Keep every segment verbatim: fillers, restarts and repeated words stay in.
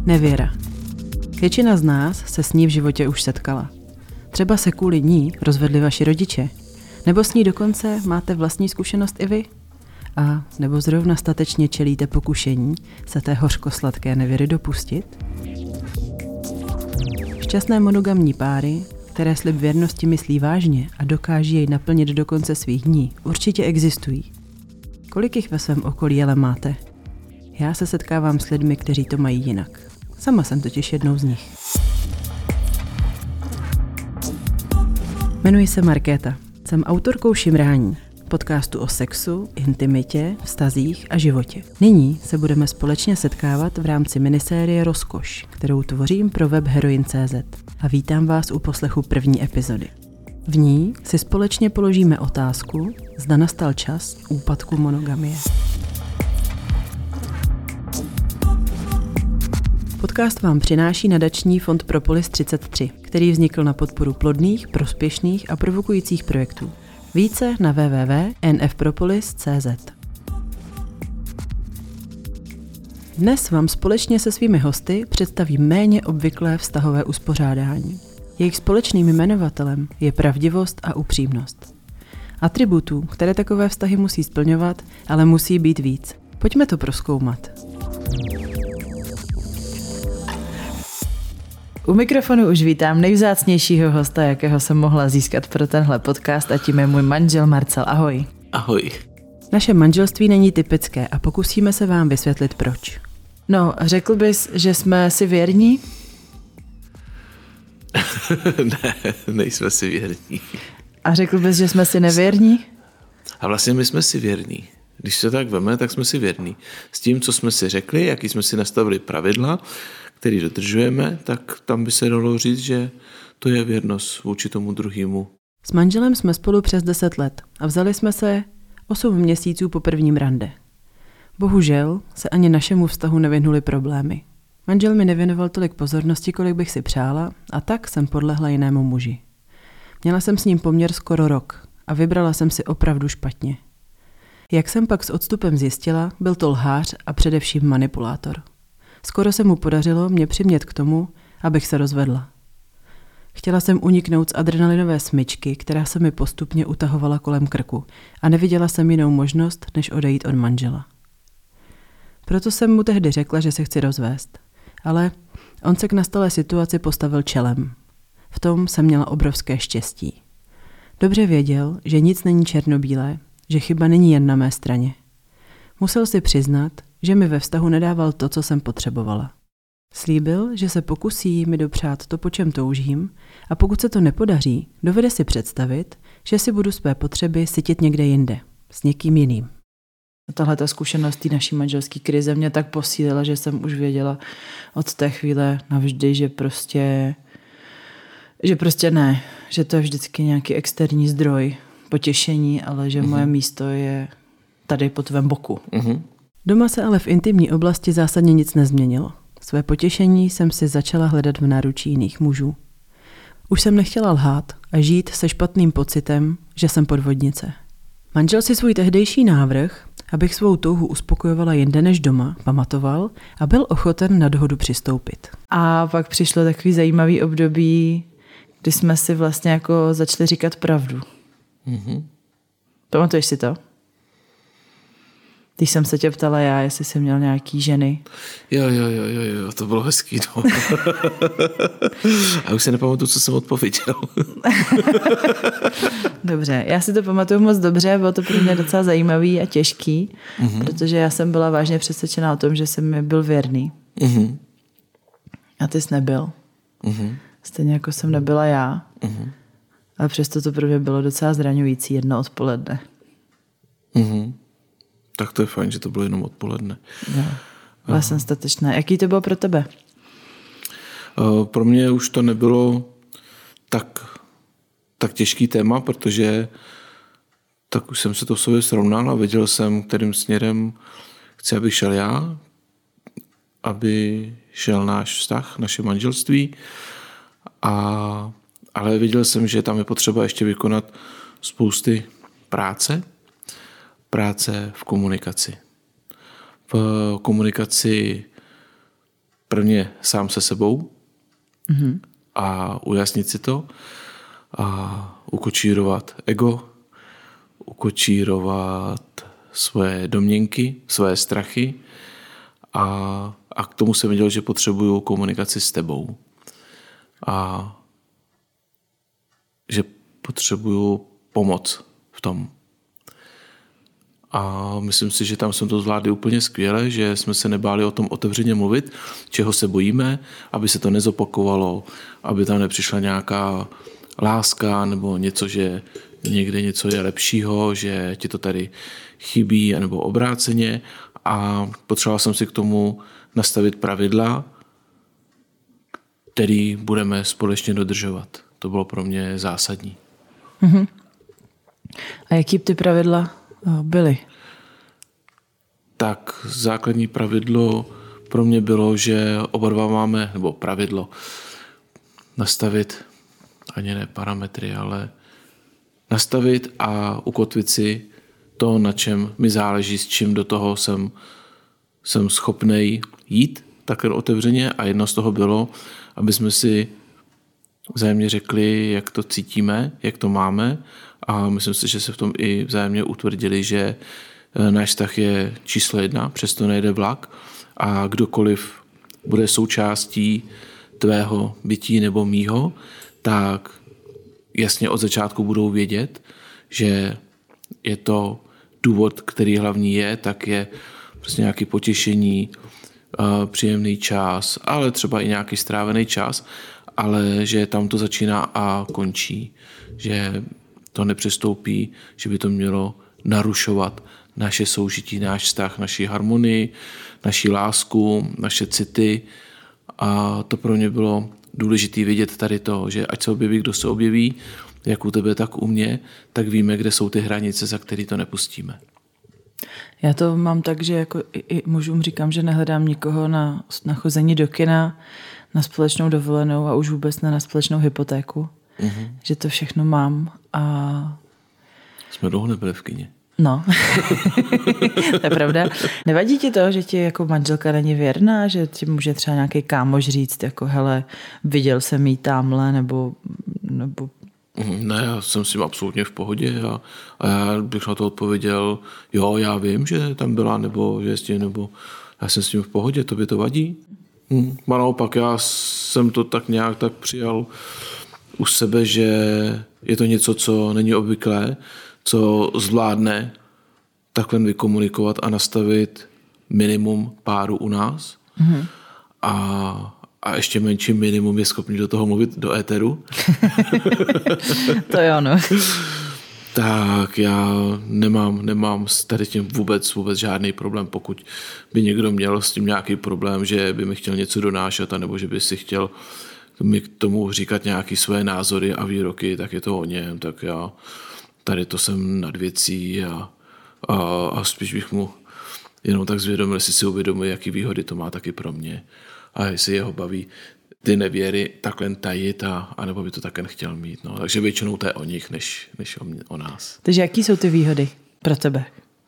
Nevěra. Většina z nás se s ní v životě už setkala. Třeba se kvůli ní rozvedli vaši rodiče. Nebo s ní dokonce máte vlastní zkušenost i vy. A nebo zrovna statečně čelíte pokušení se té hořkosladké nevěry dopustit. Šťastné monogamní páry, které slib věrnosti myslí vážně a dokáží jej naplnit do konce svých dní, určitě existují. Kolik jich ve svém okolí ale máte? Já se setkávám s lidmi, kteří to mají jinak. Sama jsem totiž jednou z nich. Jmenuji se Markéta. Jsem autorkou Šimrání, podcastu o sexu, intimitě, vztazích a životě. Nyní se budeme společně setkávat v rámci minisérie Rozkoš, kterou tvořím pro web heroin tečka cé zet. A vítám vás u poslechu první epizody. V ní si společně položíme otázku, zda nastal čas úpadku monogamie. Podcast vám přináší nadační fond Propolis třicet tři, který vznikl na podporu plodných, prospěšných a provokujících projektů. Více na w w w tečka n f propolis tečka cé zet. Dnes vám společně se svými hosty představím méně obvyklé vztahové uspořádání. Jejich společným jmenovatelem je pravdivost a upřímnost. Atributů, které takové vztahy musí splňovat, ale musí být víc. Pojďme to prozkoumat. U mikrofonu už vítám nejvzácnějšího hosta, jakého jsem mohla získat pro tenhle podcast, a tím je můj manžel Marcel. Ahoj. Ahoj. Naše manželství není typické a pokusíme se vám vysvětlit proč. No, řekl bys, že jsme si věrní? Ne, nejsme si věrní. A řekl bys, že jsme si nevěrní? A vlastně my jsme si věrní. Když se tak veme, tak jsme si věrní. S tím, co jsme si řekli, jaký jsme si nastavili pravidla, který dodržujeme, tak tam by se dalo říct, že to je věrnost vůči tomu druhému. S manželem jsme spolu přes deset let a vzali jsme se osm měsíců po prvním rande. Bohužel se ani našemu vztahu nevyhnuly problémy. Manžel mi nevěnoval tolik pozornosti, kolik bych si přála, a tak jsem podlehla jinému muži. Měla jsem s ním poměr skoro rok a vybrala jsem si opravdu špatně. Jak jsem pak s odstupem zjistila, byl to lhář a především manipulátor. Skoro se mu podařilo mě přimět k tomu, abych se rozvedla. Chtěla jsem uniknout z adrenalinové smyčky, která se mi postupně utahovala kolem krku, a neviděla jsem jinou možnost, než odejít od manžela. Proto jsem mu tehdy řekla, že se chci rozvést. Ale on se k nastalé situaci postavil čelem. V tom jsem měla obrovské štěstí. Dobře věděl, že nic není černobílé, že chyba není jen na mé straně. Musel si přiznat, že mi ve vztahu nedával to, co jsem potřebovala. Slíbil, že se pokusí mi dopřát to, po čem toužím, a pokud se to nepodaří, dovede si představit, že si budu své potřeby sytit někde jinde, s někým jiným. Tahle ta zkušenost té naší manželské krize mě tak posílila, že jsem už věděla od té chvíle navždy, že prostě, že prostě ne, že to je vždycky nějaký externí zdroj potěšení, ale že mm-hmm. moje místo je tady po tvém boku. Mm-hmm. Doma se ale v intimní oblasti zásadně nic nezměnilo. Své potěšení jsem si začala hledat v náručí jiných mužů. Už jsem nechtěla lhát a žít se špatným pocitem, že jsem podvodnice. Manžel si svůj tehdejší návrh, abych svou touhu uspokojovala jinde než doma, pamatoval a byl ochoten na dohodu přistoupit. A pak přišlo takový zajímavý období, kdy jsme si vlastně jako začali říkat pravdu. Mm-hmm. Pamatuješ si to? Když jsem se tě ptala já, jestli jsi měl nějaký ženy. Jo, jo, jo, jo, jo, to bylo hezký. No. A už se nepamatuju, co jsem odpověděl. Dobře, já si to pamatuju moc dobře, bylo to pro mě docela zajímavý a těžký, mm-hmm. protože já jsem byla vážně přesvědčená o tom, že jsem mi byl věrný. Mm-hmm. A ty jsi nebyl. Mm-hmm. Stejně jako jsem nebyla já. Mm-hmm. Ale přesto to pro mě bylo docela zraňující jedno odpoledne. Mhm. Tak to je fajn, že to bylo jenom odpoledne. Jo, byla jsem statečná. Jaký to bylo pro tebe? Pro mě už to nebylo tak, tak těžký téma, protože tak už jsem se to v sobě srovnal a věděl jsem, kterým směrem chci, aby šel já, aby šel náš vztah, naše manželství. A, ale věděl jsem, že tam je potřeba ještě vykonat spousty práce, práce v komunikaci. V komunikaci prvně sám se sebou mm-hmm. a ujasnit si to a ukočírovat ego, ukočírovat svoje domněnky, svoje strachy a, a k tomu jsem viděl, že potřebuju komunikaci s tebou a že potřebuju pomoc v tom. A myslím si, že tam jsme to zvládli úplně skvěle, že jsme se nebáli o tom otevřeně mluvit, čeho se bojíme, aby se to nezopakovalo, aby tam nepřišla nějaká láska nebo něco, že někde něco je lepšího, že ti to tady chybí, nebo obráceně. A potřeboval jsem si k tomu nastavit pravidla, který budeme společně dodržovat. To bylo pro mě zásadní. Mm-hmm. A jaký ty pravidla byly? Tak základní pravidlo pro mě bylo, že oba dva máme, nebo pravidlo, nastavit, ani ne parametry, ale nastavit a ukotvit si to, na čem mi záleží, s čím do toho jsem, jsem schopnej jít takhle otevřeně a jedno z toho bylo, aby jsme si vzájemně řekli, jak to cítíme, jak to máme a myslím si, že se v tom i vzájemně utvrdili, že náš vztah je číslo jedna, přesto nejde vlak a kdokoliv bude součástí tvého bytí nebo mýho, tak jasně od začátku budou vědět, že je to důvod, který hlavní je, tak je prostě nějaké potěšení, příjemný čas, ale třeba i nějaký strávený čas, ale že tam to začíná a končí, že to nepřestoupí, že by to mělo narušovat naše soužití, náš vztah, naši harmonii, naši lásku, naše city a to pro mě bylo důležité vidět tady to, že ať se objeví, kdo se objeví, jak u tebe, tak u mě, tak víme, kde jsou ty hranice, za které to nepustíme. Já to mám tak, že jako i, i mužům říkám, že nehledám nikoho na, na chození do kina, na společnou dovolenou a už vůbec ne na společnou hypotéku. Mm-hmm. Že to všechno mám a... Jsme dlouho nebyli v kině. No, to je pravda. Nevadí ti to, že ti jako manželka není věrná, že ti může třeba nějaký kámoš říct, jako hele, viděl jsem jí támhle, nebo... nebo... Ne, já jsem s tím absolutně v pohodě a, a já bych na to odpověděl, jo, já vím, že tam byla, nebo že s tím, nebo já jsem s tím v pohodě, tobě to vadí? Hm. A naopak, já jsem to tak nějak tak přijal u sebe, že je to něco, co není obvyklé, co zvládne takhle vykomunikovat a nastavit minimum páru u nás. Mm-hmm. A, a ještě menší minimum je schopný do toho mluvit do éteru. To jo, no. Tak já nemám, nemám s tady tím vůbec, vůbec žádný problém, pokud by někdo měl s tím nějaký problém, že by mi chtěl něco donášet, nebo že by si chtěl mi k tomu říkat nějaké své názory a výroky, tak je to o něm, tak já tady to jsem nad věcí a, a, a spíš bych mu jenom tak zvědomil, jestli si uvědomuje, jaký výhody to má taky pro mě a jestli jeho baví ty nevěry takhle tajit a, a nebo by to takhle chtěl mít. No. Takže většinou to je o nich, než, než o, mě, o nás. Takže jaký jsou ty výhody pro tebe?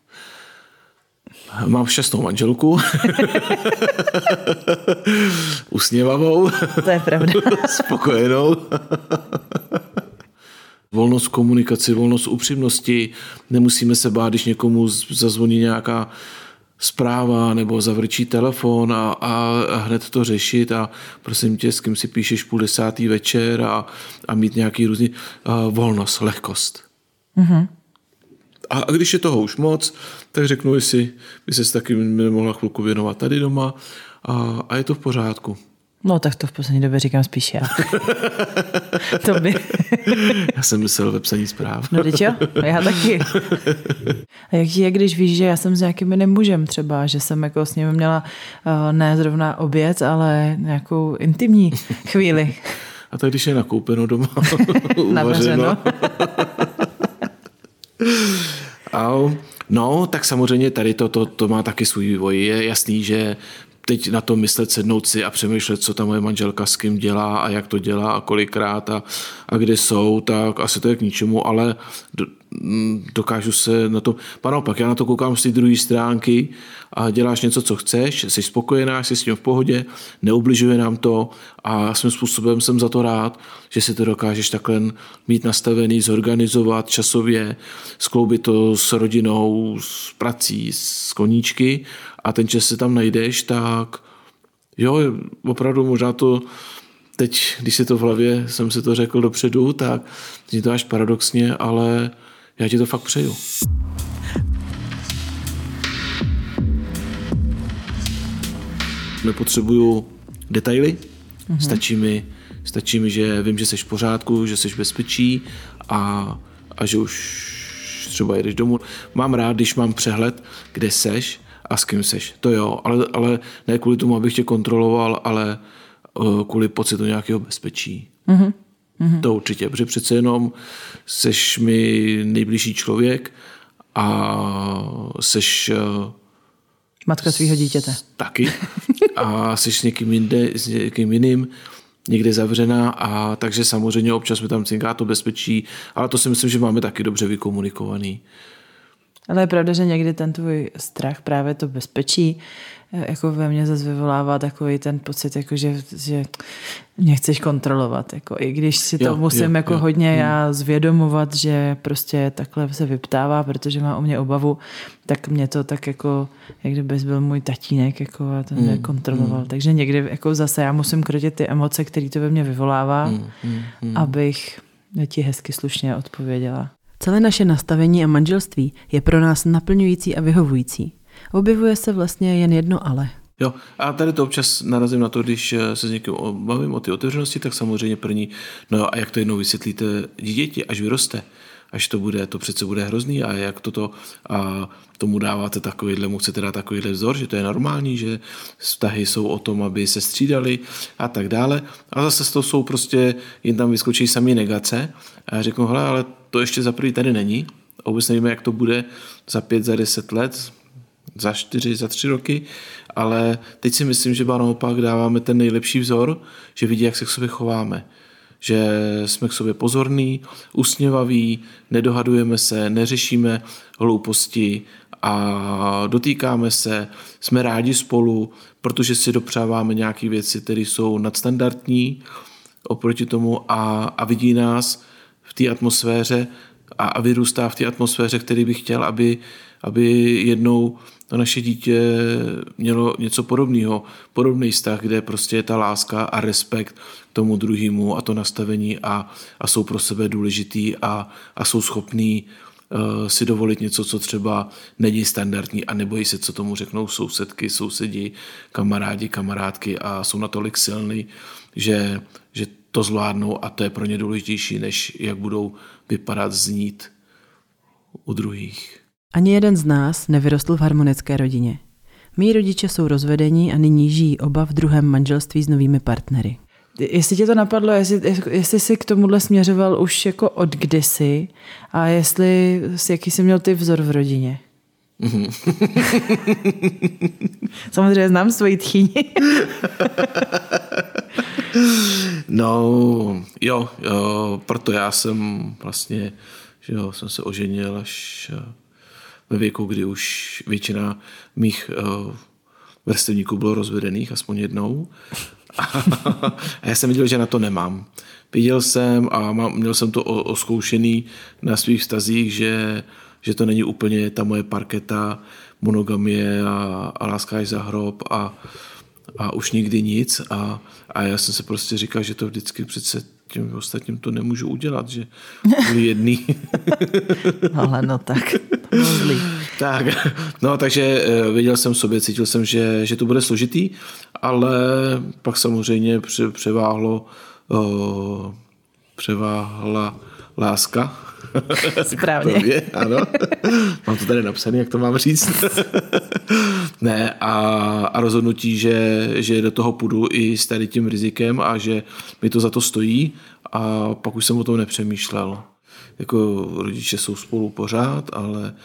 Mám šťastnou manželku. Usměvavou. To je pravda. Spokojenou. Volnost v komunikaci, volnost upřímnosti. Nemusíme se bát, když někomu zazvoní nějaká zpráva nebo zavrčí telefon a, a, a hned to řešit a prosím tě, s kým si píšeš půl desátý večer a, a mít nějaký různý uh, volnost, lehkost. Mm-hmm. A, a když je toho už moc, tak řeknu, jestli by ses taky nemohla chvilku věnovat tady doma a, a je to v pořádku. No tak to v poslední době říkám spíš já. To by... Já jsem myslel ve psaní zpráv. No teď jo, já taky. A jak je, když víš, že já jsem s nějakým jiným mužem třeba, že jsem jako s ním měla uh, ne zrovna oběd, ale nějakou intimní chvíli. A tak když je nakoupeno doma, uvařeno. A no, tak samozřejmě tady to, to, to má taky svůj vývoj. Je jasný, že teď na to myslet, sednout si a přemýšlet, co ta moje manželka s kým dělá a jak to dělá a kolikrát a, a kde jsou, tak asi to je k ničemu, ale do, dokážu se na to, naopak, já na to koukám z té druhé stránky a děláš něco, co chceš, jsi spokojená, jsi s tím v pohodě, neubližuje nám to a svým způsobem jsem za to rád, že si to dokážeš takhle mít nastavený, zorganizovat časově, skloubit to s rodinou, s prací, s koníčky a ten čas si tam najdeš, tak jo, opravdu možná to teď, když si to v hlavě jsem si to řekl dopředu, tak zní to až paradoxně, ale já ti to fakt přeju. Nepotřebuju detaily, mm-hmm. stačí mi, stačí mi, že vím, že jsi v pořádku, že jsi v bezpečí a, a že už třeba jedeš domů. Mám rád, když mám přehled, kde seš a s kým seš. To jo, ale, ale ne kvůli tomu, abych tě kontroloval, ale uh, kvůli pocitu nějakého bezpečí. Mm-hmm. To určitě, protože přece jenom seš mi nejbližší člověk a seš matka svého dítěte. Taky. A seš s někým, jinde, s někým jiným někde zavřená a takže samozřejmě občas mi tam cinká to bezpečí, ale to si myslím, že máme taky dobře vykomunikovaný. Ale je pravda, že někdy ten tvůj strach, právě to bezpečí, jako ve mně zase vyvolává takový ten pocit, jako že, že mě chceš kontrolovat. Jako, i když si to jo, musím jo, jako jo. hodně hmm. já zvědomovat, že prostě takhle se vyptává, protože má o mě obavu, tak mě to tak jako, jak kdybys byl můj tatínek, jako a ten mě hmm. kontroloval. Hmm. Takže někdy jako zase já musím krotit ty emoce, které to ve mně vyvolává, hmm. Hmm. abych ti hezky slušně odpověděla. Celé naše nastavení a manželství je pro nás naplňující a vyhovující. Objevuje se vlastně jen jedno ale. Jo, a tady to občas narazím na to, když se s někým bavím o té otevřenosti, tak samozřejmě první, no a jak to jednou vysvětlíte dítěti, až vyroste, až to bude, to přece bude hrozný a jak toto a tomu dáváte takovýhle, mu chcete dát takovýhle vzor, že to je normální, že vztahy jsou o tom, aby se střídali a tak dále. A zase to jsou prostě, jen tam vyskočí samý negace a já řeknu, hele, ale to ještě za prvý tady není, a vůbec nevíme, jak to bude za pět, za deset let, za čtyři, za tři roky, ale teď si myslím, že naopak dáváme ten nejlepší vzor, že vidí, jak se k sobě chováme. Že jsme k sobě pozorní, usměvaví, nedohadujeme se, neřešíme hlouposti a dotýkáme se, jsme rádi spolu, protože si dopřáváme nějaké věci, které jsou nadstandardní oproti tomu a, a vidí nás v té atmosféře a, a vyrůstá v té atmosféře, který bych chtěl, aby, aby jednou to naše dítě mělo něco podobného, podobný vztah, kde prostě je ta láska a respekt k tomu druhému a to nastavení a, a jsou pro sebe důležitý a, a jsou schopní uh, si dovolit něco, co třeba není standardní a nebojí se, co tomu řeknou sousedky, sousedi, kamarádi, kamarádky a jsou natolik silní, že, že to zvládnou a to je pro ně důležitější, než jak budou vypadat, znít u druhých. Ani jeden z nás nevyrostl v harmonické rodině. Mí rodiče jsou rozvedení a nyní žijí oba v druhém manželství s novými partnery. Jestli tě to napadlo, jestli, jestli jsi k tomuhle směřoval už jako od kdysi a jestli jaký jsi měl ty vzor v rodině? Mm-hmm. Samozřejmě znám svoji tchýni. No, jo, jo, proto já jsem vlastně, že jo, jsem se oženil až ve věku, kdy už většina mých uh, vrstevníků bylo rozvedených, aspoň jednou. A já jsem viděl, že na to nemám. Viděl jsem a mám, měl jsem to oskoušený na svých vztazích, že, že to není úplně ta moje parketa, monogamie a, a láska až za hrob a, a už nikdy nic. A, a já jsem se prostě říkal, že to vždycky přece těm ostatním to nemůžu udělat, že byli jedný. Ale no tak, to bylo zlý. Tak, no takže viděl jsem sobě, cítil jsem, že, že to bude složitý, ale pak samozřejmě převáhlo, o, převáhla láska. Správně. Tobě, ano. Mám to tady napsané, jak to mám říct. Ne, a, a rozhodnutí, že, že do toho půjdu i s tady tím rizikem a že mi to za to stojí a pak už jsem o tom nepřemýšlel. Jako rodiče jsou spolu pořád, ale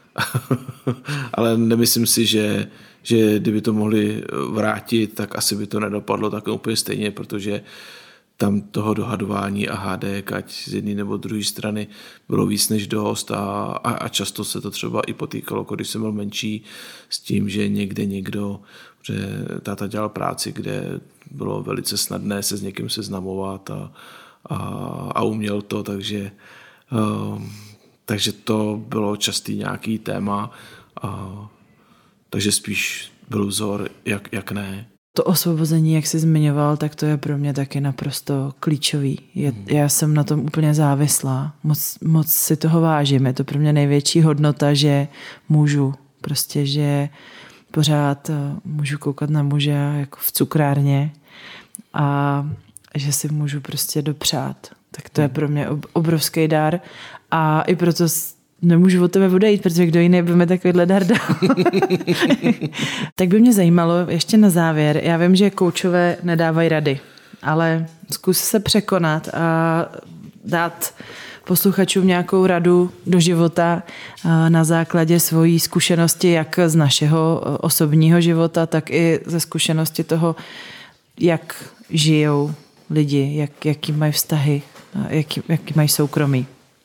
Ale nemyslím si, že, že kdyby to mohli vrátit, tak asi by to nedopadlo tak úplně stejně, protože tam toho dohadování a hádek, ať z jedné nebo druhé strany, bylo víc než dost a, a, a často se to třeba i potýkalo, když jsem byl menší, s tím, že někde někdo, že táta dělal práci, kde bylo velice snadné se s někým seznamovat a, a, a uměl to, takže, uh, takže to bylo častý nějaký téma, a, takže spíš byl vzor, jak, jak ne. To osvobození, jak jsi zmiňoval, tak to je pro mě taky naprosto klíčový. Je, já jsem na tom úplně závislá. Moc, moc si toho vážím. Je to pro mě největší hodnota, že můžu. Prostě, že pořád můžu koukat na muže jako v cukrárně a že si můžu prostě dopřát. Tak to je pro mě obrovský dar a i proto nemůžu od tebe odejít, protože kdo jiný by mi takovýhle dar dal. Tak by mě zajímalo, ještě na závěr, já vím, že koučové nedávají rady, ale zkus se překonat a dát posluchačům nějakou radu do života na základě svojí zkušenosti, jak z našeho osobního života, tak i ze zkušenosti toho, jak žijou lidi, jak, jaký mají vztahy, jaký, jaký mají soukromí.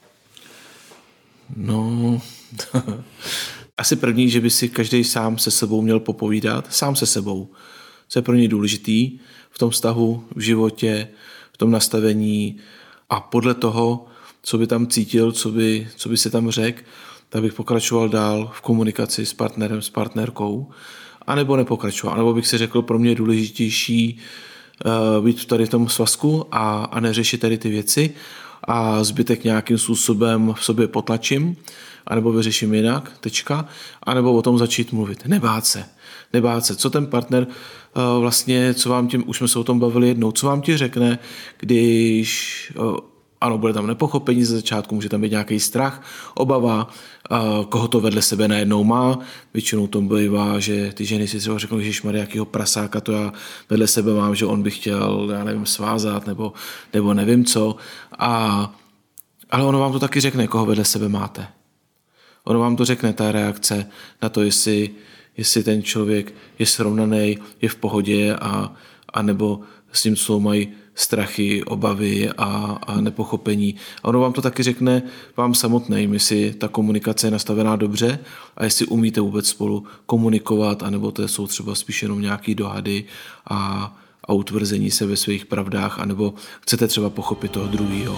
No, asi první, že by si každý sám se sebou měl popovídat, sám se sebou. Co je pro něj důležitý v tom vztahu, v životě, v tom nastavení a podle toho, co by tam cítil, co by, co by se tam řekl, tak bych pokračoval dál v komunikaci s partnerem, s partnerkou, anebo nepokračoval. Anebo bych si řekl, pro mě je důležitější uh, být tady v tom svazku a, a neřešit tady ty věci a zbytek nějakým způsobem v sobě potlačím, anebo vyřeším jinak, tečka, anebo o tom začít mluvit. Nebát se. Nebát se. Co ten partner uh, vlastně, co vám tím, už jsme se o tom bavili jednou, co vám ti řekne, když uh, ano, bude tam nepochopení ze začátku, může tam být nějaký strach, obava, uh, koho to vedle sebe najednou má. Většinou to bývá, že ty ženy si třeba řeknou, ježišmarja, jakýho prasáka to já vedle sebe mám, že on by chtěl, já nevím, svázat, nebo, nebo nevím co. A, ale ono vám to taky řekne, koho vedle sebe máte. Ono vám to řekne, ta reakce na to, jestli, jestli ten člověk je srovnaný, je v pohodě a, a nebo s ním jsou mají strachy, obavy a, a nepochopení. A ono vám to taky řekne vám samotným, jestli ta komunikace je nastavená dobře a jestli umíte vůbec spolu komunikovat, anebo to jsou třeba spíš jenom nějaký dohady a, a utvrzení se ve svých pravdách, anebo chcete třeba pochopit toho druhýho.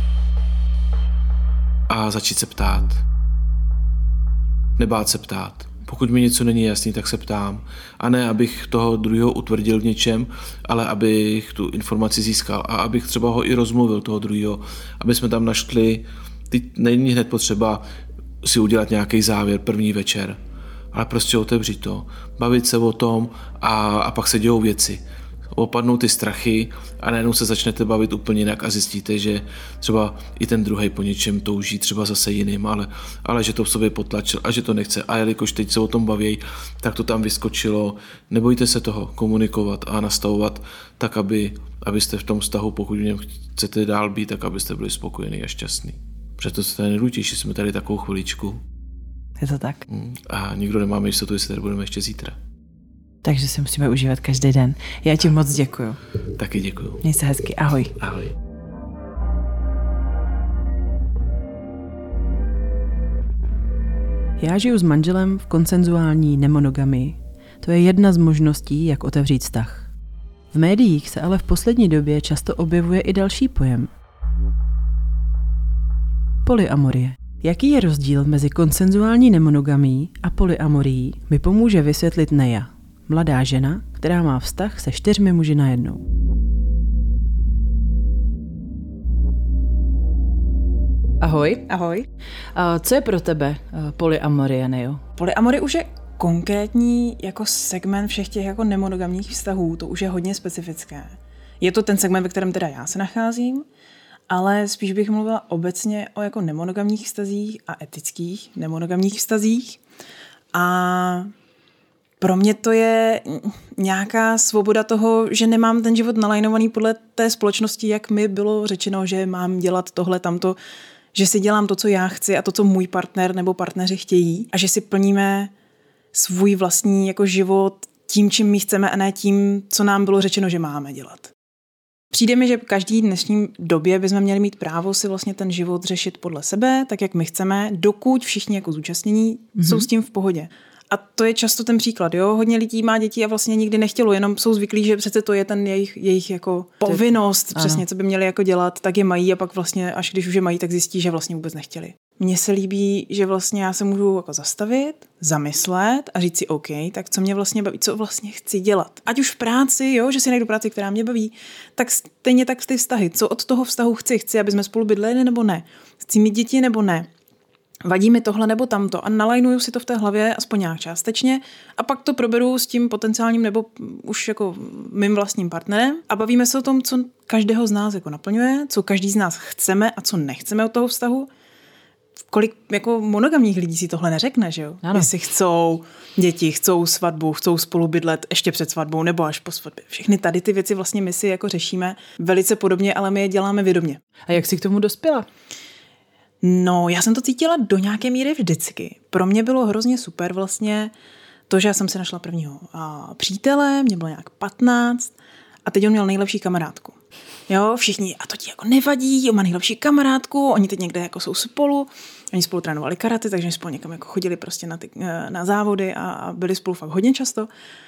A začít se ptát. Nebát se ptát. Pokud mi něco není jasný, tak se ptám. A ne, abych toho druhého utvrdil v něčem, ale abych tu informaci získal a abych třeba ho i rozmluvil, toho druhého. Aby jsme tam našli, teď není hned potřeba si udělat nějaký závěr první večer, ale prostě otevřít to, bavit se o tom a, a pak se dějou věci. Opadnou ty strachy a najednou se začnete bavit úplně jinak a zjistíte, že třeba i ten druhej po něčem touží, třeba zase jiným, ale, ale že to v sobě potlačil a že to nechce. A jelikož teď se o tom baví, tak to tam vyskočilo. Nebojte se toho komunikovat a nastavovat tak, aby, abyste v tom vztahu, pokud v něm chcete dál být, tak abyste byli spokojení a šťastní. Proto se tady nejdůležitější, jsme tady takovou chviličku. Je to tak. A nikdo nemáme jistotu, jestli tady budeme ještě zítra. Takže si musíme užívat každý den. Já ti moc děkuju. Taky děkuju. Měj se hezky. Ahoj. Ahoj. Já žiju s manželem v konsenzuální nemonogamii. To je jedna z možností, jak otevřít vztah. V médiích se ale v poslední době často objevuje i další pojem. Polyamorie. Jaký je rozdíl mezi konsenzuální nemonogamií a polyamorií, mi pomůže vysvětlit Neja, mladá žena, která má vztah se čtyřmi muži najednou. Ahoj. Ahoj. A co je pro tebe polyamorie, Nejo? Polyamorie už je konkrétní jako segment všech těch jako nemonogamních vztahů, to už je hodně specifické. Je to ten segment, ve kterém teda já se nacházím, ale spíš bych mluvila obecně o jako nemonogamních vztazích a etických nemonogamních vztazích. A pro mě to je nějaká svoboda toho, že nemám ten život nalajnovaný podle té společnosti, jak mi bylo řečeno, že mám dělat tohle, tamto. že si dělám to, co já chci a to, co můj partner nebo partneři chtějí a že si plníme svůj vlastní jako život tím, čím my chceme a ne tím, co nám bylo řečeno, že máme dělat. Přijde mi, že každý dnešní době bychom měli mít právo si vlastně ten život řešit podle sebe, tak jak my chceme, dokud všichni jako zúčastnění mm-hmm. jsou s tím v pohodě. A to je často ten příklad, jo. Hodně lidí má děti a vlastně nikdy nechtělo, jenom jsou zvyklí, že přece to je ten jejich, jejich jako povinnost, ano. Přesně, co by měli jako dělat, tak je mají a pak vlastně, až když už je mají, tak zjistí, že vlastně vůbec nechtěli. Mně se líbí, že vlastně já se můžu jako zastavit, zamyslet a říct si OK, tak co mě vlastně baví, co vlastně chci dělat. Ať už v práci, jo, že si najdu práci, která mě baví, tak stejně tak ty vztahy. Co od toho vztahu chci? Chci, aby jsme spolu bydleli nebo ne? Chci mít děti nebo ne? Vadí mi tohle nebo tamto a nalajnuju si to v té hlavě aspoň nějak částečně a pak to proberu s tím potenciálním nebo už jako mým vlastním partnerem a bavíme se o tom, co každého z nás jako naplňuje, co každý z nás chceme a co nechceme od toho vztahu. Kolik jako monogamních lidí si tohle neřekne, že jo? Ano. Jestli chcou děti, chcou svatbu, chcou spolu bydlet ještě před svatbou nebo až po svatbě. Všechny tady ty věci vlastně my si jako řešíme velice podobně, ale my je děláme vědomě. A jak jsi k tomu dospěla? No, já jsem to cítila do nějaké míry vždycky. Pro mě bylo hrozně super vlastně to, že já jsem si našla prvního a, přítele, mě bylo nějak patnáct a teď on měl nejlepší kamarádku. Jo, všichni, a to ti jako nevadí, on má nejlepší kamarádku, oni teď někde jako jsou spolu, oni spolu trénovali karate, takže spolu někam jako chodili prostě na, ty, na závody a, a byli spolu fakt hodně často.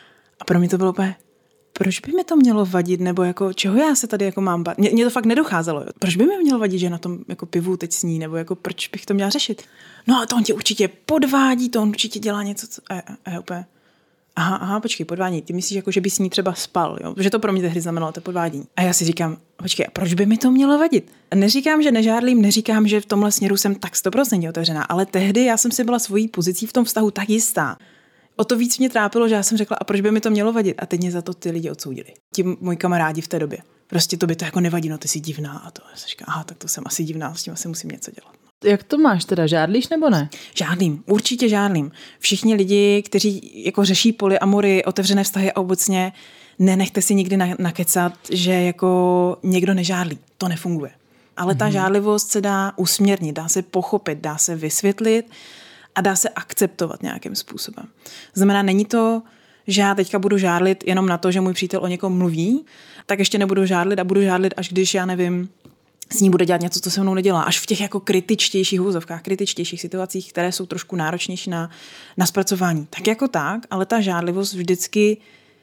A pro mě to bylo úplně, proč by mi to mělo vadit, nebo jako čeho já se tady jako mám bát? Mně to fakt nedocházelo. Jo. Proč by mi mělo vadit, že na tom jako pivu teď sní, nebo jako proč bych to měla řešit? No a to on tě určitě podvádí, to on určitě dělá něco, co... A, a, a úplně... Aha, aha, počkej, podvádění. Ty myslíš, jako, že by s ní třeba spal, jo? Protože to pro mě tehdy znamenalo to podvádění. A já si říkám, počkej, a proč by mi to mělo vadit? Neříkám, že nežádlím, neříkám, že v tomhle směru jsem tak sto procent otevřená, ale tehdy já jsem si byla svojí pozicí v tom vztahu tak jistá. O to víc mě trápilo, že já jsem řekla, a proč by mi to mělo vadit? A teď mě za to ty lidi odsoudili. Ti moji kamarádi v té době. Prostě to by to jako nevadí, no ty jsi divná a to. Já si říkám, aha, tak to jsem asi divná, s tím asi musím něco dělat. Jak to máš teda? Žádlíš nebo ne? Žádlím, určitě žádlím. Všichni lidi, kteří jako řeší polyamory, otevřené vztahy a obecně, nenechte si nikdy nakecat, že jako někdo nežádlí. To nefunguje. Ale ta mm-hmm. žádlivost se dá usměrnit, dá se pochopit, dá se vysvětlit a dá se akceptovat nějakým způsobem. Znamená, není to, že já teďka budu žádlit jenom na to, že můj přítel o někom mluví, tak ještě nebudu žádlit a budu žádlit, až když, já nevím, s ní bude dělat něco, co se mnou nedělá. Až v těch jako kritičtějších úzovkách, kritičtějších situacích, které jsou trošku náročnější na, na zpracování. Tak jako tak, ale ta žádlivost vždycky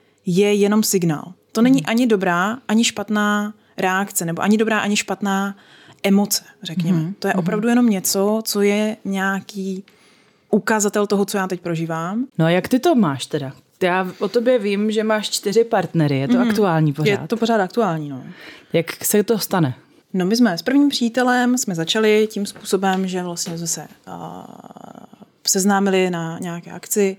je jenom signál. To není ani dobrá, ani špatná reakce, nebo ani dobrá, ani špatná emoce, řekněme. Mm-hmm. To je opravdu jenom něco, co je nějaký ukazatel toho, co já teď prožívám. No a jak ty to máš teda? Já o tobě vím, že máš čtyři partnery. Je to mm-hmm. aktuální pořád? Je to pořád aktuální, no. Jak se to stane? No my jsme s prvním přítelem jsme začali tím způsobem, že vlastně jsme se uh, seznámili na nějaké akci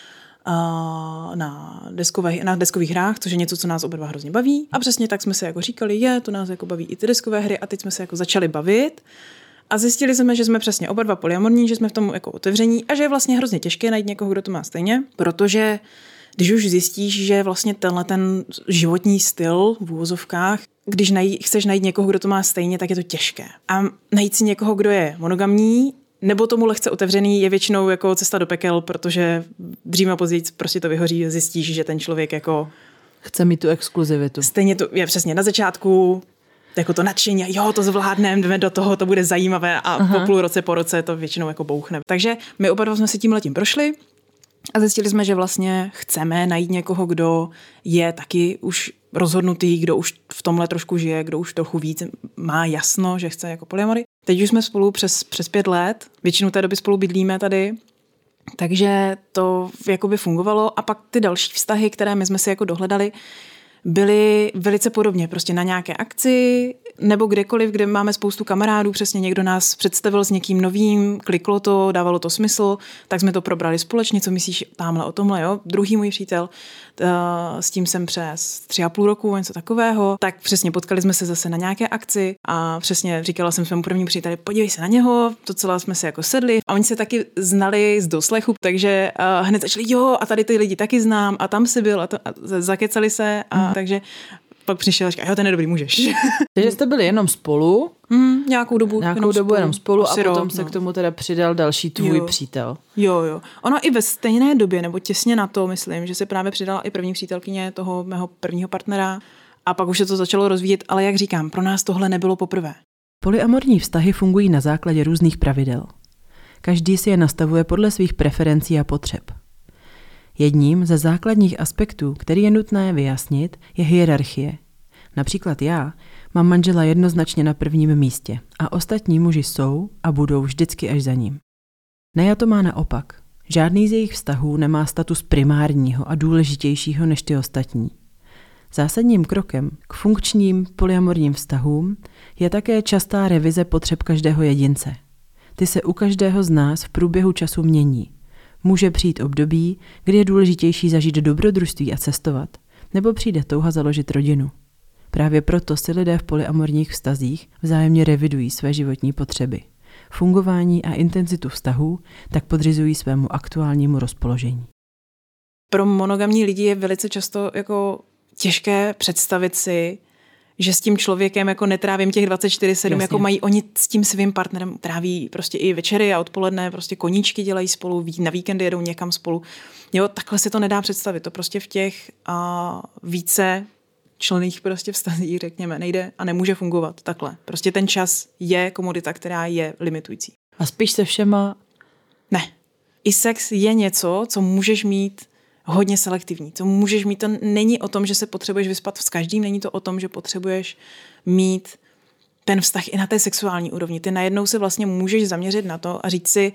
uh, na, deskové, na deskových hrách, což je něco, co nás oba dva hrozně baví. A přesně tak jsme se jako říkali, je, to nás jako baví i ty deskové hry a teď jsme se jako začali bavit. A zjistili jsme, že jsme přesně oba dva polyamorní, že jsme v tom jako otevření a že je vlastně hrozně těžké najít někoho, kdo to má stejně, protože když už zjistíš, že vlastně tenhle ten životní styl v úvozovkách, když najít, chceš najít někoho, kdo to má stejně, tak je to těžké. A najít si někoho, kdo je monogamní, nebo tomu lehce otevřený, je většinou jako cesta do pekel, protože dřív a později prostě to vyhoří a zjistíš, že ten člověk jako chce mít tu exkluzivitu. Stejně to je přesně na začátku, jako to nadšení, jo, to zvládneme, jdeme do toho, to bude zajímavé a Aha. po půl roce, po roce to většinou jako bouchne. Takže my oba dva jsme si tím letím prošli a zjistili jsme, že vlastně chceme najít někoho, kdo je taky už rozhodnutý, kdo už v tomhle trošku žije, kdo už trochu víc má jasno, že chce jako polyamory. Teď už jsme spolu přes, přes pět let, většinu té doby spolu bydlíme tady, takže to jakoby fungovalo a pak ty další vztahy, které my jsme si jako dohledali, byly velice podobně, prostě na nějaké akci nebo kdekoliv, kde máme spoustu kamarádů, přesně někdo nás představil s někým novým, kliklo to, dávalo to smysl, tak jsme to probrali společně, co myslíš tamhle o tomhle, jo? Druhý můj přítel, s tím jsem přes tři a půl roku, něco takového, tak přesně potkali jsme se zase na nějaké akci a přesně říkala jsem svému prvnímu příteli, podívej se na něho, to celé jsme se jako sedli a oni se taky znali z doslechu, takže hned začali, jo, a tady ty lidi taky znám a tam si byl a, to, a zakecali se a takže pak přišel a říká, jo, ten je dobrý, můžeš. Takže jste byli jenom spolu. Mm, nějakou dobu. Nějakou jenom dobu spolu, jenom spolu a potom rok, se no. k tomu teda přidal další tvůj Jo. přítel. Jo, jo. Ono i ve stejné době, nebo těsně na to, myslím, že se právě přidala i první přítelkyně toho mého prvního partnera a pak už se to začalo rozvíjet, ale jak říkám, pro nás tohle nebylo poprvé. Polyamorní vztahy fungují na základě různých pravidel. Každý si je nastavuje podle svých preferencí a potřeb. Jedním ze základních aspektů, který je nutné vyjasnit, je hierarchie. Například já mám manžela jednoznačně na prvním místě a ostatní muži jsou a budou vždycky až za ním. Neja to má naopak. Žádný z jejich vztahů nemá status primárního a důležitějšího než ty ostatní. Zásadním krokem k funkčním polyamorním vztahům je také častá revize potřeb každého jedince. Ty se u každého z nás v průběhu času mění. Může přijít období, kdy je důležitější zažít dobrodružství a cestovat, nebo přijde touha založit rodinu. Právě proto si lidé v polyamorních vztazích vzájemně revidují své životní potřeby. Fungování a intenzitu vztahů tak podřizují svému aktuálnímu rozpoložení. Pro monogamní lidi je velice často jako těžké představit si, že s tím člověkem jako netrávím těch dvacet čtyři sedm, jako mají oni s tím svým partnerem, tráví prostě i večery a odpoledne, prostě koníčky dělají spolu, na víkendy jedou někam spolu. Jo, takhle si to nedá představit. To prostě v těch a, více členných prostě vztazích, řekněme, nejde a nemůže fungovat takhle. Prostě ten čas je komodita, která je limitující. A spíš se všema? Ne. I sex je něco, co můžeš mít hodně selektivní. Co můžeš mít, to není o tom, že se potřebuješ vyspat s každým, není to o tom, že potřebuješ mít ten vztah i na té sexuální úrovni. Ty najednou se vlastně můžeš zaměřit na to a říct si,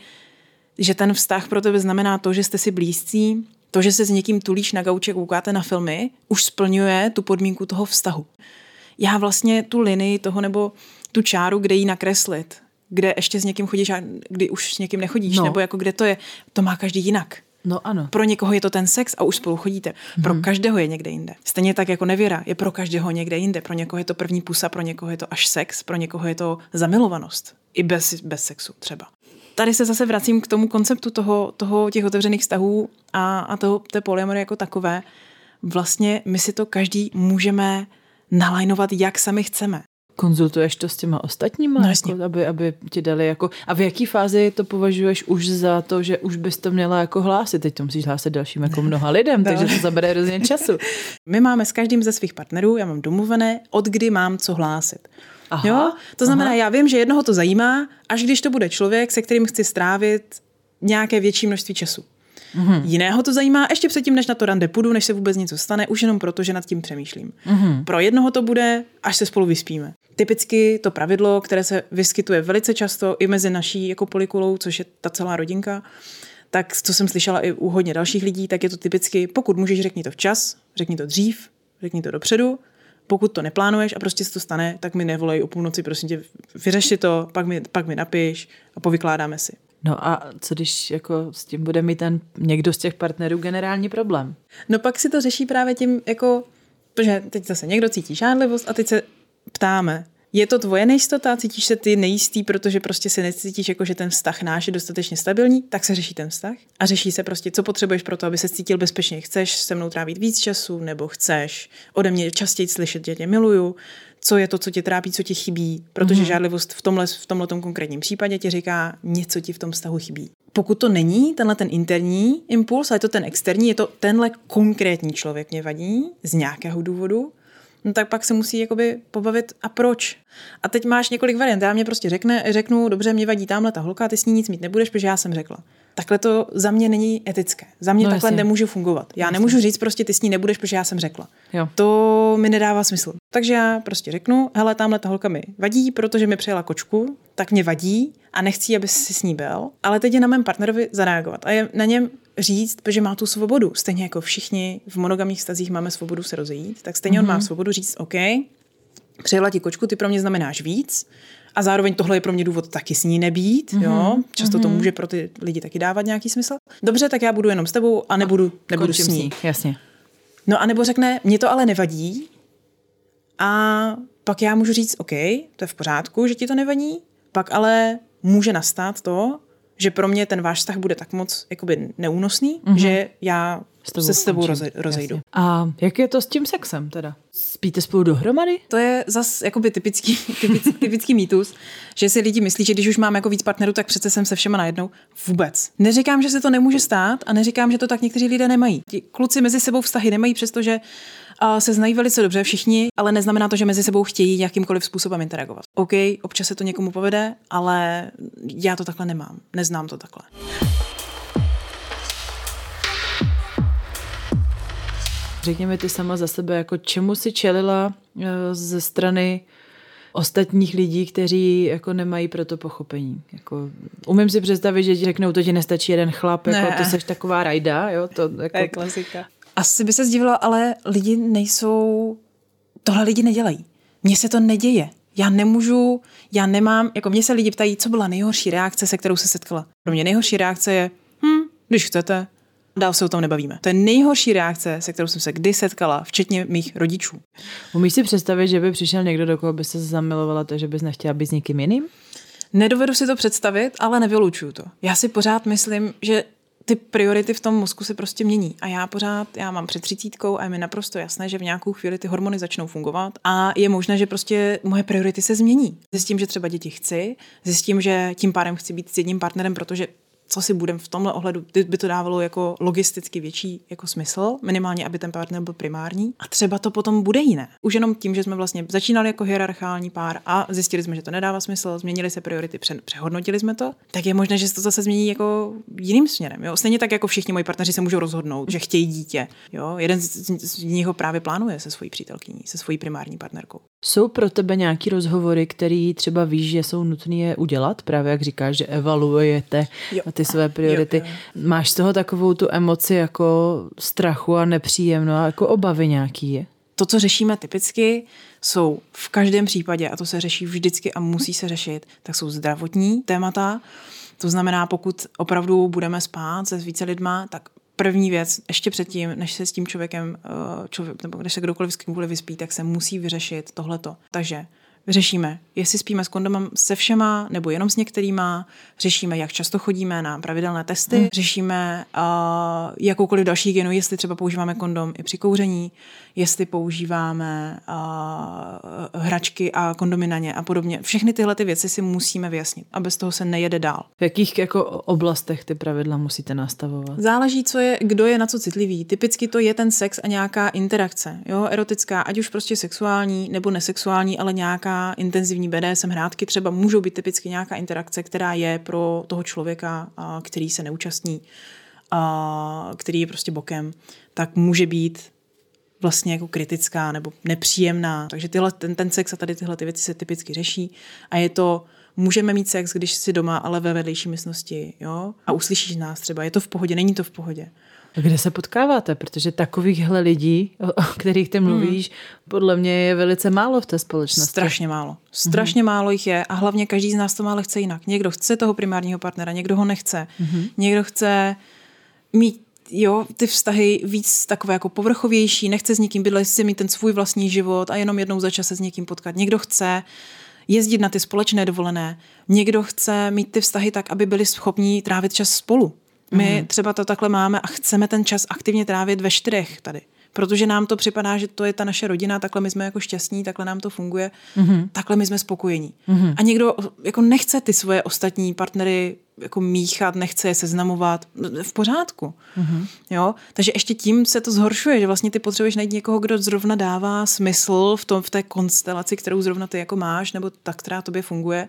že ten vztah pro tebe znamená to, že jste si blízcí, to, že se s někým tulíš na gauči, koukáte na filmy, už splňuje tu podmínku toho vztahu. Já vlastně tu linii toho nebo tu čáru, kde ji nakreslit, kde ještě s někým chodíš a kdy už s někým nechodíš, no. Nebo jako kde to je, to má každý jinak. No ano. Pro někoho je to ten sex a už spolu chodíte. Pro hmm. každého je někde jinde. Stejně tak jako nevěra je pro každého někde jinde. Pro někoho je to první pusa, pro někoho je to až sex, pro někoho je to zamilovanost. I bez, bez sexu třeba. Tady se zase vracím k tomu konceptu toho, toho těch otevřených vztahů a, a toho, té polyamory jako takové. Vlastně my si to každý můžeme nalajnovat, jak sami chceme. Konzultuješ to s těma ostatníma, no, jako, aby, aby ti dali jako... A v jaký fázi to považuješ už za to, že už bys to měla jako hlásit? Teď to musíš hlásit dalším jako mnoha lidem, takže to zabere hrozně času. My máme s každým ze svých partnerů, já mám domluvené, od kdy mám co hlásit. Aha, jo? To znamená, aha. Já vím, že jednoho to zajímá, až když to bude člověk, se kterým chci strávit nějaké větší množství času. Uhum. Jiného to zajímá ještě předtím, než na to rande půjdu, než se vůbec něco stane, už jenom proto, že nad tím přemýšlím. Uhum. Pro jednoho to bude, až se spolu vyspíme. Typicky to pravidlo, které se vyskytuje velice často i mezi naší jako polikulou, což je ta celá rodinka, tak co jsem slyšela i u hodně dalších lidí, tak je to typicky, pokud můžeš, řekni to včas, řekni to dřív, řekni to dopředu. Pokud to neplánuješ a prostě se to stane, tak mi nevolej o půlnoci, prosím tě, vyřeš si to, pak mi, pak mi napiš a povykládáme si. No a co když jako s tím bude mít ten někdo z těch partnerů generální problém? No pak si to řeší právě tím, jako, protože teď zase někdo cítí žádlivost a teď se ptáme, je to tvoje nejistota, cítíš se ty nejistý, protože prostě se necítíš, jako že ten vztah náš je dostatečně stabilní, tak se řeší ten vztah a řeší se prostě, co potřebuješ pro to, aby se cítil bezpečně. Chceš se mnou trávit víc času, nebo chceš ode mě častěji slyšet, že tě miluju, co je to, co tě trápí, co ti chybí, protože mm-hmm. žádlivost v tomhle, v tomhletom konkrétním případě ti říká, něco ti v tom vztahu chybí. Pokud to není tenhle ten interní impuls, ale je to ten externí, je to tenhle konkrétní člověk mě vadí z nějakého důvodu, no tak pak se musí jakoby pobavit a proč. A teď máš několik variant. Já mě prostě řekne, řeknu, dobře, mě vadí tamhle ta holka, ty s ní nic mít nebudeš, protože já jsem řekla. Takhle to za mě není etické. Za mě no, takhle jasně. Nemůžu fungovat. Já jasně. Nemůžu říct prostě ty s ní nebudeš, protože já jsem řekla. Jo. To mi nedává smysl. Takže já prostě řeknu, hele, tamhle ta holka mi vadí, protože mi přijela kočku, tak mě vadí a nechci, aby si s ní byl, ale teď je na mém partnerovi zareagovat a je na něm říct, že má tu svobodu. Stejně jako všichni v monogamních vztazích máme svobodu se rozejít, tak stejně mm-hmm. on má svobodu říct, OK, přijela ti kočku, ty pro mě znamenáš víc a zároveň tohle je pro mě důvod taky s ní nebýt, mm-hmm. jo? Často mm-hmm. to může pro ty lidi taky dávat nějaký smysl. Dobře, tak já budu jenom s tebou a nebudu, nebudu s ní. Jasně. No a nebo řekne, mě to ale nevadí a pak já můžu říct, OK, to je v pořádku, že ti to nevadí, pak ale může nastat to, že pro mě ten váš vztah bude tak moc jakoby neúnosný, mm-hmm. že já se s tebou roze, rozejdu. Jasně. A jak je to s tím sexem teda? Spíte spolu dohromady? To je zas jakoby typický, typický, typický mýtus, že si lidi myslí, že když už mám jako víc partnerů, tak přece jsem se všema najednou. Vůbec. Neříkám, že se to nemůže stát a neříkám, že to tak někteří lidé nemají. Ti kluci mezi sebou vztahy nemají, přestože se znají velice dobře všichni, ale neznamená to, že mezi sebou chtějí jakýmkoliv způsobem interagovat. OK, občas se to někomu povede, ale já to takhle nemám. Neznám to takhle. Řekněme ty sama za sebe, jako čemu si čelila ze strany ostatních lidí, kteří jako nemají pro to pochopení. Jako, umím si představit, že ti řeknou, to ti nestačí jeden chlap, ne. Jako, ty seš taková rajda. Jo? To, jako... je klasika. Asi by se zdivila, ale lidi nejsou, tohle lidi nedělají. Mně se to neděje. Já nemůžu, já nemám, jako mě se lidi ptají, co byla nejhorší reakce, se kterou se setkala. Pro mě nejhorší reakce je, hm, když chcete, dál se o tom nebavíme. To je nejhorší reakce, se kterou jsem se kdy setkala, včetně mých rodičů. Umíš si představit, že by přišel někdo, do koho by se zamilovala, to, že bys nechtěla být s někým jiným? Nedovedu si to představit, ale nevylučuju to. Já si pořád myslím, že ty priority v tom mozku se prostě mění. A já pořád, já mám před třicítkou a je mi naprosto jasné, že v nějakou chvíli ty hormony začnou fungovat a je možné, že prostě moje priority se změní. Zjistím, že třeba děti chci, zjistím, že tím pádem chci být s jedním partnerem, protože co si budem v tomhle ohledu, by to dávalo jako logisticky větší jako smysl, minimálně, aby ten partner byl primární. A třeba to potom bude jiné. Už jenom tím, že jsme vlastně začínali jako hierarchální pár a zjistili jsme, že to nedává smysl, změnili se priority, přehodnotili jsme to, tak je možné, že se to zase změní jako jiným směrem. Jo? Stejně tak jako všichni moji partneři se můžou rozhodnout, že chtějí dítě. Jo? Jeden z nich ho právě plánuje se svojí přítelkyní, se svojí primární partnerkou. Jsou pro tebe nějaký rozhovory, který třeba víš, že jsou nutné je udělat? Právě jak říkáš, že evaluujete jo. ty své priority. Jo, jo. Máš z toho takovou tu emoci jako strachu a nepříjemno a jako obavy nějaký je? To, co řešíme typicky, jsou v každém případě, a to se řeší vždycky a musí se řešit, tak jsou zdravotní témata. To znamená, pokud opravdu budeme spát se více lidma, tak první věc, ještě předtím, než se s tím člověkem, člověk, nebo než se kdokoliv s kýmkoliv vyspí, tak se musí vyřešit tohleto. Takže řešíme, jestli spíme s kondomem se všema, nebo jenom s některýma, řešíme, jak často chodíme na pravidelné testy, hmm. řešíme uh, jakoukoliv další hygienu, jestli třeba používáme kondom i při kouření, jestli používáme uh, hračky a kondomy na ně a podobně. Všechny tyhle ty věci si musíme vyjasnit a bez toho se nejede dál. V jakých jako oblastech ty pravidla musíte nastavovat? Záleží, co je, kdo je na co citlivý. Typicky to je ten sex a nějaká interakce, jo, erotická, ať už prostě sexuální nebo nesexuální, ale nějaká intenzivní bé dé es em hrátky třeba můžou být typicky nějaká interakce, která je pro toho člověka, který se neúčastní, který je prostě bokem, tak může být vlastně jako kritická nebo nepříjemná. Takže tyhle, ten, ten sex a tady tyhle ty věci se typicky řeší a je to, můžeme mít sex, když jsi doma, ale ve vedlejší místnosti, jo, a uslyšíš nás třeba, je to v pohodě, není to v pohodě. A kde se potkáváte? Protože takovýchhle lidí, o kterých ty mluvíš, hmm. podle mě je velice málo v té společnosti. Strašně málo. Strašně hmm. málo jich je a hlavně každý z nás to málo chce jinak. Někdo chce toho primárního partnera, někdo ho nechce. Hmm. Někdo chce mít jo, ty vztahy víc takové jako povrchovější, nechce s někým bydlet, chce mít ten svůj vlastní život a jenom jednou za čas se s někým potkat. Někdo chce jezdit na ty společné dovolené. Někdo chce mít ty vztahy tak, aby byli schopní trávit čas spolu. My třeba to takhle máme a chceme ten čas aktivně trávit ve čtyřech tady. Protože nám to připadá, že to je ta naše rodina, takhle my jsme jako šťastní, takhle nám to funguje, mm-hmm. takhle my jsme spokojení. Mm-hmm. A někdo jako nechce ty svoje ostatní partnery jako míchat, nechce je seznamovat, v pořádku. Mm-hmm. Jo? Takže ještě tím se to zhoršuje, že vlastně ty potřebuješ najít někoho, kdo zrovna dává smysl v, tom, v té konstelaci, kterou zrovna ty jako máš, nebo ta, která tobě funguje.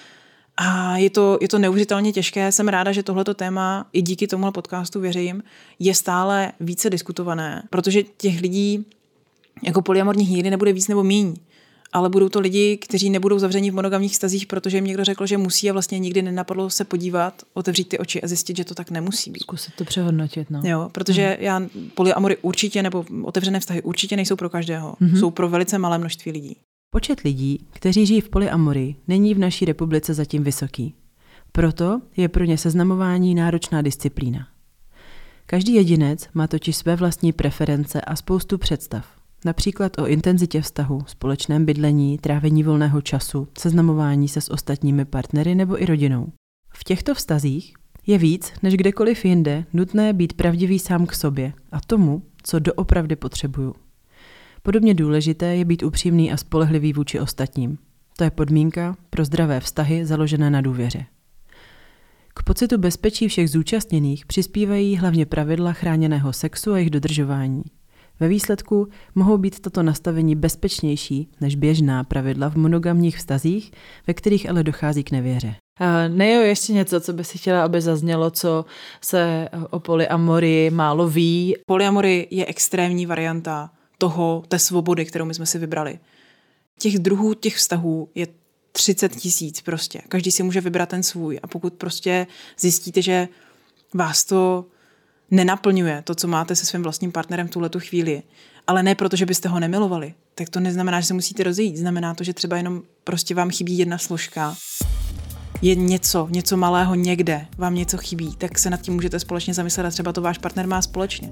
A je to, je to neuvěřitelně těžké. Jsem ráda, že tohleto téma, i díky tomuhle podcastu věřím, je stále více diskutované, protože těch lidí jako polyamorních nikdy nebude víc nebo míň. Ale budou to lidi, kteří nebudou zavření v monogamních vztazích, protože jim někdo řekl, že musí a vlastně nikdy nenapadlo se podívat, otevřít ty oči a zjistit, že to tak nemusí být. Zkusit to přehodnotit, no. Jo, protože hmm. já polyamory určitě nebo otevřené vztahy určitě nejsou pro každého. Hmm. Jsou pro velice malé množství lidí. Počet lidí, kteří žijí v polyamorii, není v naší republice zatím vysoký. Proto je pro ně seznamování náročná disciplína. Každý jedinec má totiž své vlastní preference a spoustu představ. Například o intenzitě vztahu, společném bydlení, trávení volného času, seznamování se s ostatními partnery nebo i rodinou. V těchto vztazích Je víc než kdekoliv jinde nutné být pravdivý sám k sobě a tomu, co doopravdy potřebuju. Podobně důležité je být upřímný a spolehlivý vůči ostatním. To je podmínka pro zdravé vztahy založené na důvěře. K pocitu bezpečí všech zúčastněných přispívají hlavně pravidla chráněného sexu a jejich dodržování. Ve výsledku mohou být tato nastavení bezpečnější než běžná pravidla v monogamních vztazích, ve kterých ale dochází k nevěře. Uh, Nejo, ještě něco, co by si chtěla, aby zaznělo, co se o polyamorii málo ví. Polyamory je extrémní varianta toho, té svobody, kterou my jsme si vybrali. Těch druhů, těch vztahů je třicet tisíc prostě. Každý si může vybrat ten svůj. A pokud prostě zjistíte, že vás to nenaplňuje, to, co máte se svým vlastním partnerem v tuhletu chvíli, ale ne proto, že byste ho nemilovali, tak to neznamená, že se musíte rozejít. Znamená to, že třeba jenom prostě vám chybí jedna složka. Je něco, něco malého někde, vám něco chybí, tak se nad tím můžete společně zamyslet a třeba to váš partner má společně.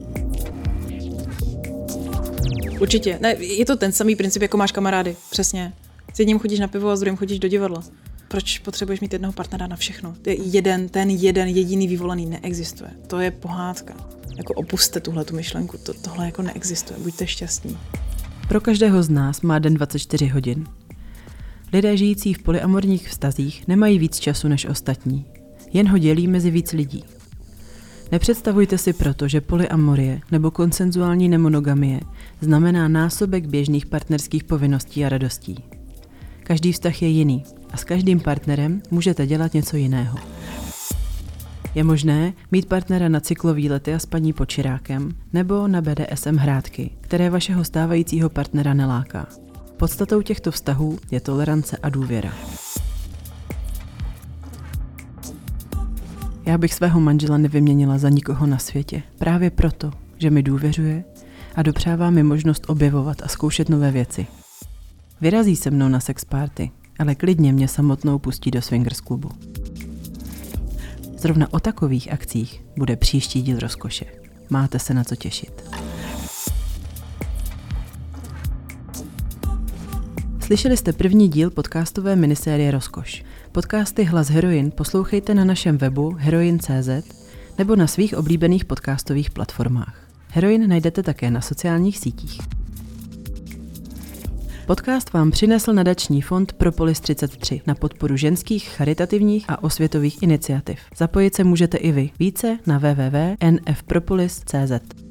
Určitě. Ne, je to ten samý princip, jako máš kamarády. Přesně. S jedním chodíš na pivo a s druhým chodíš do divadla. Proč potřebuješ mít jednoho partnera na všechno? Jeden, ten jeden jediný vyvolený neexistuje. To je pohádka. Jako opuste tuhletu myšlenku. To, tohle jako neexistuje. Buďte šťastní. Pro každého z nás má den dvacet čtyři hodin. Lidé žijící v polyamorních vztazích nemají víc času než ostatní. Jen ho dělí mezi víc lidí. Nepředstavujte si proto, že polyamorie nebo konsenzuální nemonogamie znamená násobek běžných partnerských povinností a radostí. Každý vztah je jiný a s každým partnerem můžete dělat něco jiného. Je možné mít partnera na cyklový lety a spaní pod čirákem nebo na bé dé es em hrátky, které vašeho stávajícího partnera neláká. Podstatou těchto vztahů je tolerance a důvěra. Já bych svého manžela nevyměnila za nikoho na světě, právě proto, že mi důvěřuje a dopřává mi možnost objevovat a zkoušet nové věci. Vyrazí se mnou na sex party, ale klidně mě samotnou pustí do swingers klubu. Zrovna o takových akcích bude příští díl Rozkoše. Máte se na co těšit. Slyšeli jste první díl podcastové minisérie Rozkoš. Podcasty Hlas heroin poslouchejte na našem webu heroin tečka cé zet nebo na svých oblíbených podcastových platformách. Heroin najdete také na sociálních sítích. Podcast vám přinesl nadační fond Propolis třicet tři na podporu ženských, charitativních a osvětových iniciativ. Zapojit se můžete i vy. Více na w w w tečka n f propolis tečka cé zet.